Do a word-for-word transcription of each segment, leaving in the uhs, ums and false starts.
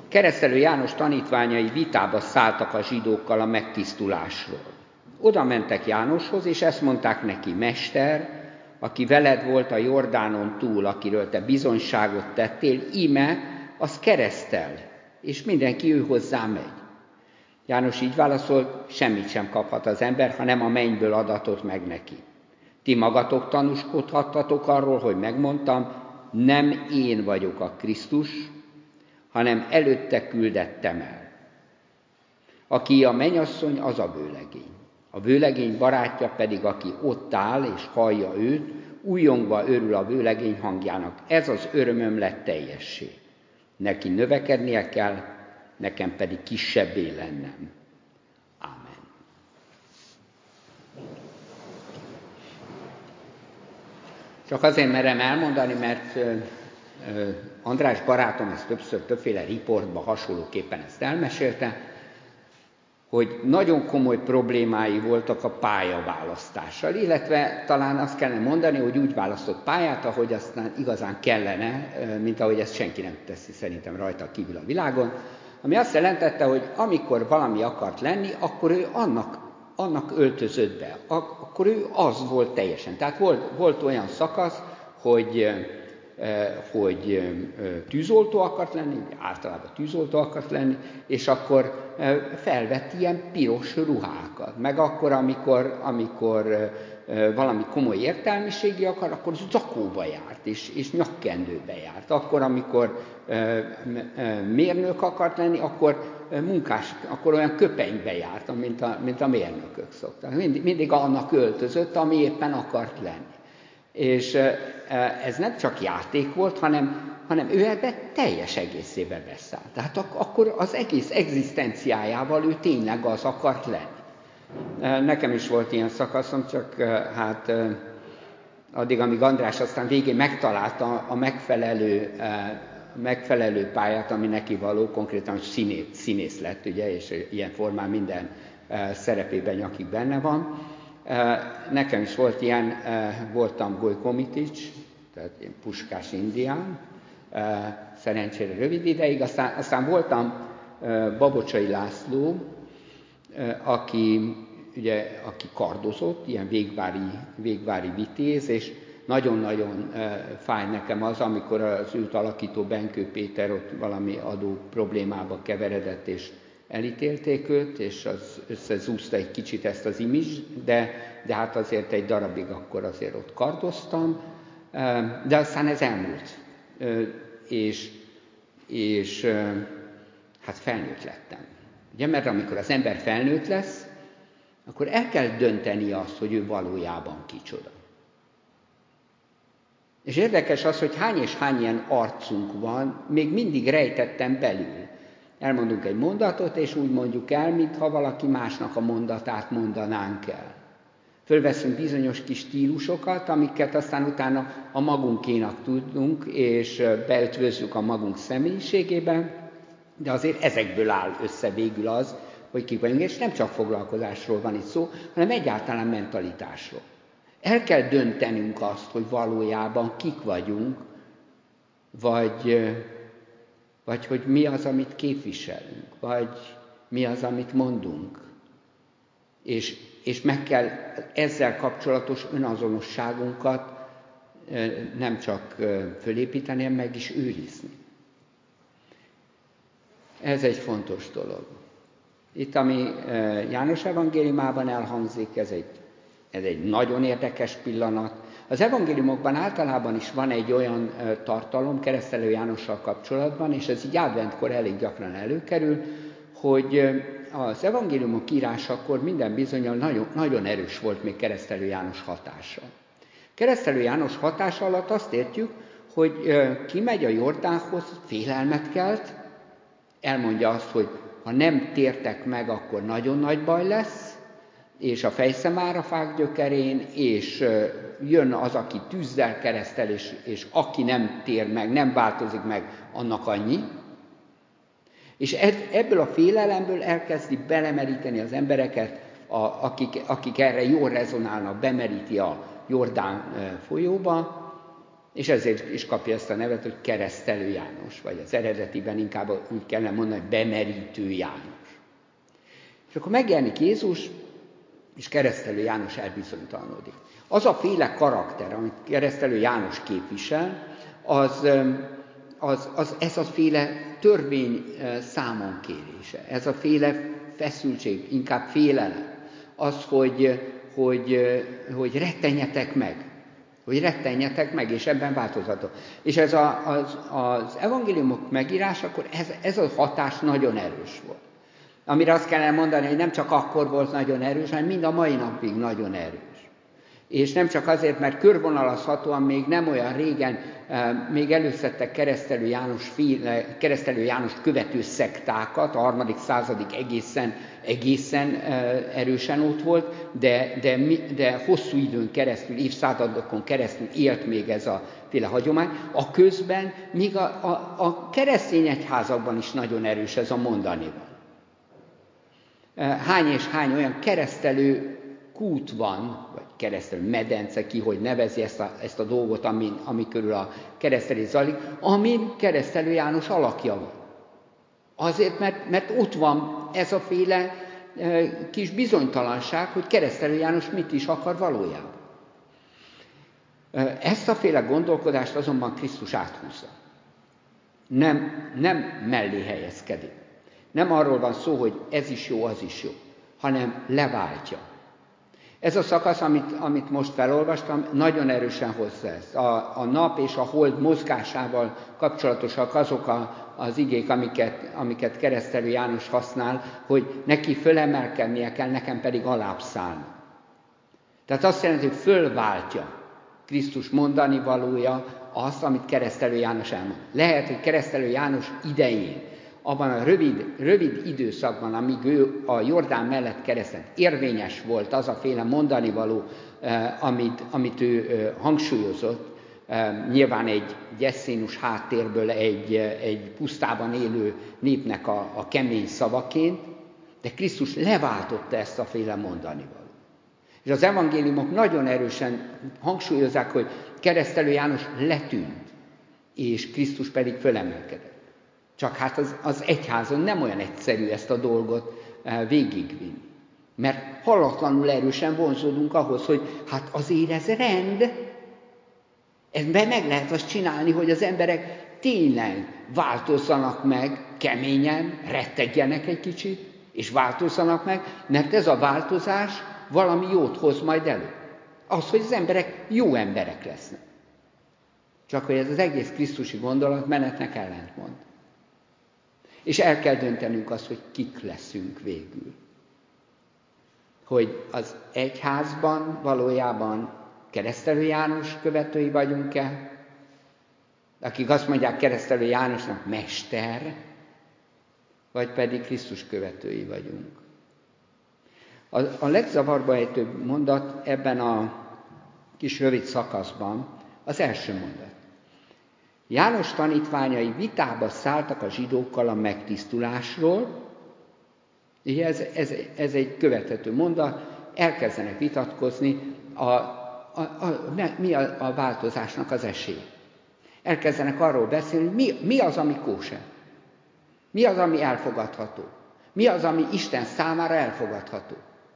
Keresztelő János tanítványai vitába szálltak a zsidókkal a megtisztulásról. Oda mentek Jánoshoz, és ezt mondták neki: Mester, aki veled volt a Jordánon túl, akiről te bizonyságot tettél, íme, az keresztel, és mindenki ő hozzá megy. János így válaszolt: semmit sem kaphat az ember, ha nem a mennyből adatot meg neki. Ti magatok tanúskodhattatok arról, hogy megmondtam, nem én vagyok a Krisztus, hanem előtte küldettem el. Aki a mennyasszony, az a vőlegény. A vőlegény barátja pedig, aki ott áll és hallja őt, újjongva örül a vőlegény hangjának. Ez az örömöm lett teljessé. Neki növekednie kell, nekem pedig kisebbé lennem. Ámen. Csak azért merem elmondani, mert ö, ö, András barátom ezt többször többféle riportban hasonlóképpen ezt elmesélte, hogy nagyon komoly problémái voltak a pályaválasztással, illetve talán azt kellene mondani, hogy úgy választott pályát, ahogy aztán igazán kellene, mint ahogy ezt senki nem teszi szerintem rajta kívül a világon, ami azt jelentette, hogy amikor valami akart lenni, akkor ő annak, annak öltözött be, akkor ő az volt teljesen. Tehát volt, volt olyan szakasz, hogy, hogy tűzoltó akart lenni, általában tűzoltó akart lenni, és akkor felvett ilyen piros ruhákat. Meg akkor, amikor, amikor valami komoly értelmiségi akar, akkor zakóba járt, és, és nyakkendőbe járt. Akkor, amikor mérnök akart lenni, akkor munkás, akkor olyan köpenybe járt, mint a, mint a mérnökök szoktak. Mindig, mindig annak öltözött, ami éppen akart lenni. És ez nem csak játék volt, hanem, hanem ő ebbe teljes egészébe beszállt. Tehát ak- akkor az egész egzisztenciájával ő tényleg az akart lenni. Nekem is volt ilyen szakaszom, csak hát addig, amíg András aztán végén megtalálta a megfelelő, megfelelő pályát, ami neki való, konkrétan színész, színész lett, ugye, és ilyen formán minden szerepében nyakig benne van. Nekem is volt ilyen, voltam Gojko Mitics, tehát én Puskás indián, szerencsére rövid ideig, aztán, aztán voltam Babocsai László, aki, ugye, aki kardozott, ilyen végvári, végvári vitéz, és nagyon-nagyon fáj nekem az, amikor az őt alakító Benkő Péter ott valami adó problémába keveredett, és elítélték őt, és az összezúzta egy kicsit ezt az image, de, de hát azért egy darabig akkor azért ott kardoztam, de aztán ez elmúlt, és, és hát felnőtt lettem. Ugye, mert amikor az ember felnőtt lesz, akkor el kell dönteni azt, hogy ő valójában kicsoda. És érdekes az, hogy hány és hány ilyen arcunk van, még mindig rejtettem belül. Elmondunk egy mondatot, és úgy mondjuk el, mintha valaki másnak a mondatát mondanánk el. Fölveszünk bizonyos kis stílusokat, amiket aztán utána a magunkénak tudunk, és beötvözzük a magunk személyiségében, de azért ezekből áll össze végül az, hogy kik vagyunk, és nem csak foglalkozásról van itt szó, hanem egyáltalán mentalitásról. El kell döntenünk azt, hogy valójában kik vagyunk, vagy, vagy hogy mi az, amit képviselünk, vagy mi az, amit mondunk. És, és meg kell ezzel kapcsolatos önazonosságunkat nem csak fölépíteni, hanem meg is őrizni. Ez egy fontos dolog. Itt, ami János evangéliumában elhangzik, ez egy, ez egy nagyon érdekes pillanat. Az evangéliumokban általában is van egy olyan tartalom Keresztelő Jánossal kapcsolatban, és ez így adventkor elég gyakran előkerül, hogy az evangéliumok írásakor minden bizonnyal nagyon, nagyon erős volt még Keresztelő János hatása. Keresztelő János hatása alatt azt értjük, hogy kimegy a Jordánhoz, félelmet kelt, elmondja azt, hogy ha nem tértek meg, akkor nagyon nagy baj lesz, és a fejszemár a fák gyökerén, és jön az, aki tűzzel keresztel, és, és aki nem tér meg, nem változik meg, annak annyi. És ebből a félelemből elkezdi belemeríteni az embereket, a, akik, akik erre jól rezonálnak, bemeríti a Jordán folyóba, és ezért is kapja ezt a nevet, hogy Keresztelő János, vagy az eredetiben inkább úgy kellene mondani, hogy Bemerítő János. És akkor megjelenik Jézus, és Keresztelő János elbizonytalanodik. Az a féle karakter, amit Keresztelő János képvisel, az, az, az ez a féle törvény számon kérése, ez a féle feszültség, inkább félelem, az, hogy, hogy, hogy rettenjetek meg, hogy rettenjetek meg, és ebben változatok. És ez a, az, az evangéliumok megírásakor ez, ez a hatás nagyon erős volt. Amire azt kellene mondani, hogy nem csak akkor volt nagyon erős, hanem mind a mai napig nagyon erős. És nem csak azért, mert körvonalazhatóan még nem olyan régen még előszedtek Keresztelő János, féle, Keresztelő János követő szektákat, a harmadik századig egészen, egészen erősen ott volt, de, de, de hosszú időn keresztül, évszázadokon keresztül élt még ez a féle hagyomány. A közben, míg a, a, a keresztény egyházakban is nagyon erős ez a mondani van. Hány és hány olyan keresztelő kút van, vagy keresztelő medence, ki hogy nevezi ezt a, ezt a dolgot, ami, ami körül a keresztelés zajlik, amin Keresztelő János alakja van. Azért, mert, mert ott van ez a féle e, kis bizonytalanság, hogy Keresztelő János mit is akar valójában. Ezt a féle gondolkodást azonban Krisztus áthúzza. Nem, nem mellé helyezkedik. Nem arról van szó, hogy ez is jó, az is jó, hanem leváltja. Ez a szakasz, amit, amit most felolvastam, nagyon erősen hozza ezt. A, a nap és a hold mozgásával kapcsolatosak azok a, az igék, amiket, amiket Keresztelő János használ, hogy neki fölemelkednie kell, nekem pedig alább szállni. Tehát azt jelenti, hogy fölváltja Krisztus mondani valója azt, amit Keresztelő János elmond. Lehet, hogy Keresztelő János idején, abban a rövid, rövid időszakban, amíg ő a Jordán mellett keresztelt, érvényes volt az a féle mondanivaló, eh, amit, amit ő eh, hangsúlyozott, eh, nyilván egy gyesszénus háttérből egy, egy pusztában élő népnek a, a kemény szavaként, de Krisztus leváltotta ezt a féle mondanivalót. És az evangéliumok nagyon erősen hangsúlyozzák, hogy Keresztelő János letűnt, és Krisztus pedig fölemelkedett. Csak hát az, az egyházon nem olyan egyszerű ezt a dolgot végigvinni. Mert hallatlanul erősen vonzódunk ahhoz, hogy hát azért ez rend. Ebben meg lehet azt csinálni, hogy az emberek tényleg változzanak meg keményen, rettegjenek egy kicsit, és változzanak meg, mert ez a változás valami jót hoz majd elő. Az, hogy az emberek jó emberek lesznek. Csak hogy ez az egész krisztusi gondolatmenetnek ellentmond. És el kell döntenünk azt, hogy kik leszünk végül. Hogy az egyházban valójában Keresztelő János követői vagyunk-e, akik azt mondják Keresztelő Jánosnak mester, vagy pedig Krisztus követői vagyunk. A, a legzavarba ejtőbb mondat ebben a kis rövid szakaszban az első mondat. János tanítványai vitába szálltak a zsidókkal a megtisztulásról, ugye ez, ez, ez egy követhető mondat, elkezdenek vitatkozni, a, a, a, mi a, a változásnak az esély. Elkezdenek arról beszélni, hogy mi, mi az, ami kóser, mi az, ami elfogadható, mi az, ami Isten számára elfogadható.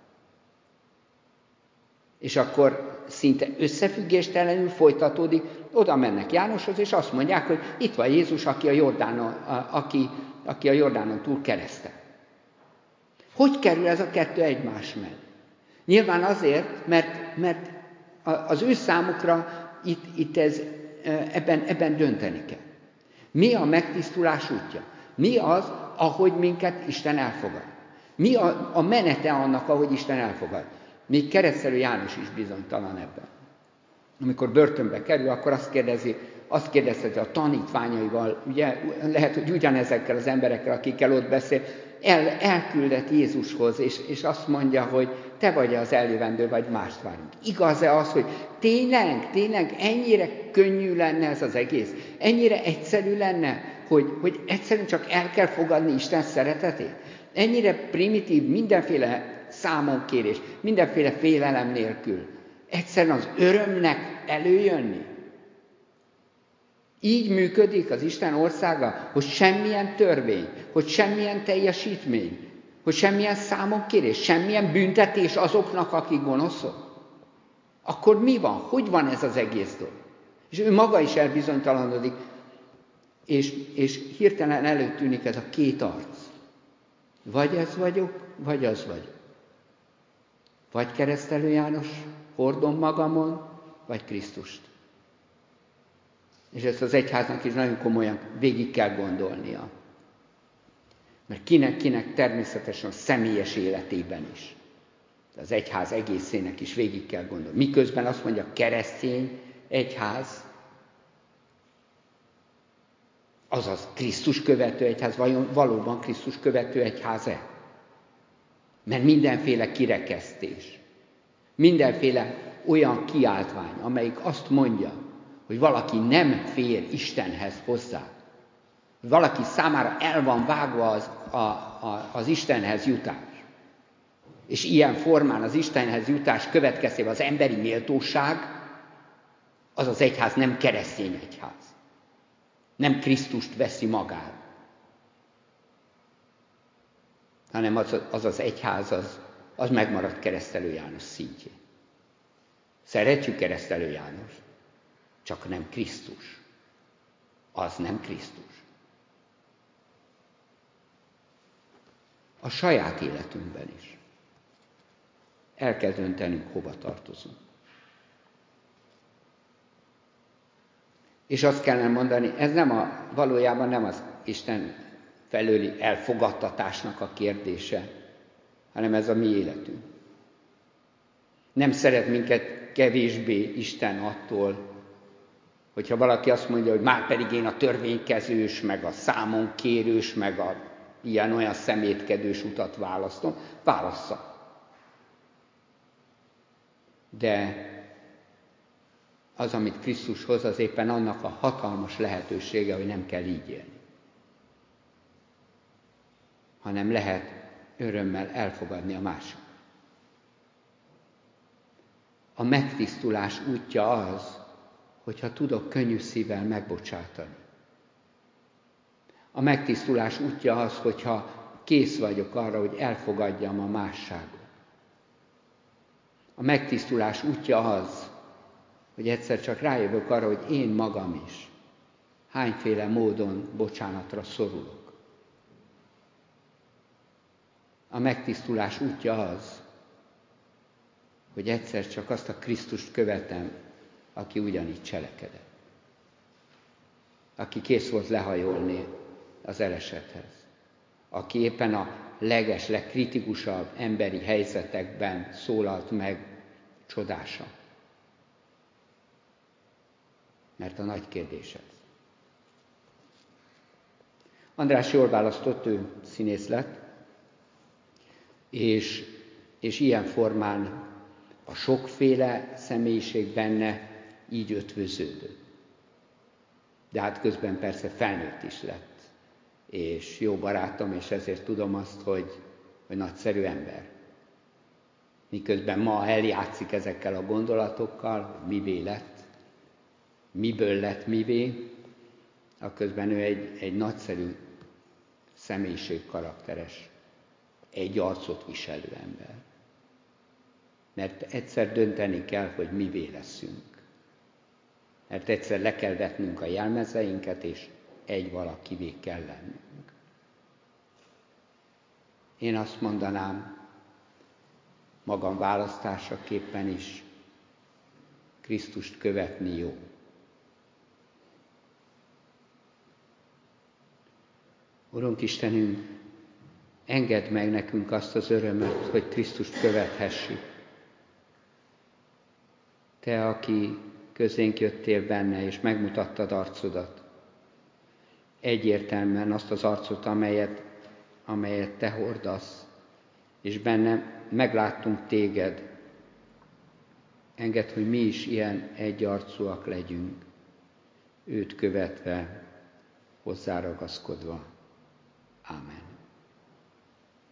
És akkor szinte összefüggéstelenül folytatódik, oda mennek Jánoshoz, és azt mondják, hogy itt van Jézus, aki a Jordánon, a, aki, aki a Jordánon túl keresztel. Hogy kerül ez a kettő egymás mellé? Nyilván azért, mert, mert az ő számukra itt, itt ez, ebben, ebben dönteni kell. Mi a megtisztulás útja? Mi az, ahogy minket Isten elfogad? Mi a, a menete annak, ahogy Isten elfogad? Még Keresztelő János is bizonytalan ebben. Amikor börtönbe kerül, akkor azt kérdezi, azt kérdezheti a tanítványaival, ugye lehet, hogy ugyanezekkel az emberekkel, akikkel ott beszél, el, elküldet Jézushoz, és, és azt mondja, hogy te vagy az eljövendő, vagy mást várunk. Igaz-e az, hogy tényleg, tényleg ennyire könnyű lenne ez az egész? Ennyire egyszerű lenne, hogy, hogy egyszerűen csak el kell fogadni Isten szeretetét? Ennyire primitív, mindenféle számonkérés, mindenféle félelem nélkül. Egyszerűen az örömnek előjönni. Így működik az Isten országa, hogy semmilyen törvény, hogy semmilyen teljesítmény, hogy semmilyen számonkérés, semmilyen büntetés azoknak, akik gonoszok. Akkor mi van? Hogy van ez az egész dolog? És ő maga is elbizonytalanodik, és, és hirtelen előtűnik ez a két arc. Vagy ez vagyok, vagy az vagyok. Vagy Keresztelő János, hordom magamon, vagy Krisztust. És ezt az egyháznak is nagyon komolyan végig kell gondolnia. Mert kinek-kinek természetesen a személyes életében is. Az egyház egészének is végig kell gondolni. Miközben azt mondja, keresztény egyház, azaz Krisztus követő egyház, vajon valóban Krisztus követő egyház-e? Mert mindenféle kirekesztés, mindenféle olyan kiáltvány, amelyik azt mondja, hogy valaki nem fér Istenhez hozzá, valaki számára el van vágva az, a, a, az Istenhez jutás. És ilyen formán az Istenhez jutás következtében az emberi méltóság, az az egyház nem keresztény egyház. Nem Krisztust veszi magára. Hanem az az, az egyház, az, az megmaradt Keresztelő János szintjén. Szeretjük Keresztelő Jánost, csak nem Krisztus. Az nem Krisztus. A saját életünkben is. El kell döntenünk, hova tartozunk. És azt kellene mondani, ez nem a, valójában nem az Isten felőli elfogadtatásnak a kérdése, hanem ez a mi életünk. Nem szeret minket kevésbé Isten attól, hogyha valaki azt mondja, hogy már pedig én a törvénykezős, meg a számonkérős, meg a ilyen-olyan szemétkedős utat választom, válassza. De az, amit Krisztus hoz, az éppen annak a hatalmas lehetősége, hogy nem kell így élni. Hanem lehet örömmel elfogadni a másikat. A megtisztulás útja az, hogyha tudok könnyű szívvel megbocsátani. A megtisztulás útja az, hogyha kész vagyok arra, hogy elfogadjam a másságot. A megtisztulás útja az, hogy egyszer csak rájövök arra, hogy én magam is hányféle módon bocsánatra szorulok. A megtisztulás útja az, hogy egyszer csak azt a Krisztust követem, aki ugyanígy cselekedett. Aki kész volt lehajolni az elesethez. Aki éppen a leges, legkritikusabb emberi helyzetekben szólalt meg csodása. Mert a nagy kérdés ez. András jól választott, ő színész lett, és, és ilyen formán a sokféle személyiség benne így ötvöződött. De hát közben persze felnőtt is lett, és jó barátom, és ezért tudom azt, hogy, hogy nagyszerű ember. Miközben ma eljátszik ezekkel a gondolatokkal, mivé lett, miből lett mivé, akközben ő egy, egy nagyszerű személyiségkarakteres, egy arcot viselő ember. Mert egyszer dönteni kell, hogy mivé leszünk. Mert egyszer le kell vetnünk a jelmezeinket, és egy valakivé kell lennünk. Én azt mondanám, magam választásaképpen is, Krisztust követni jó. Urunk Istenünk, engedd meg nekünk azt az örömöt, hogy Krisztust követhessük. Te, aki közénk jöttél benne, és megmutattad arcodat. Egyértelműen azt az arcot, amelyet, amelyet te hordasz, és benne megláttunk téged. Engedd, hogy mi is ilyen egyarcúak legyünk, őt követve, hozzáragaszkodva. Ámen.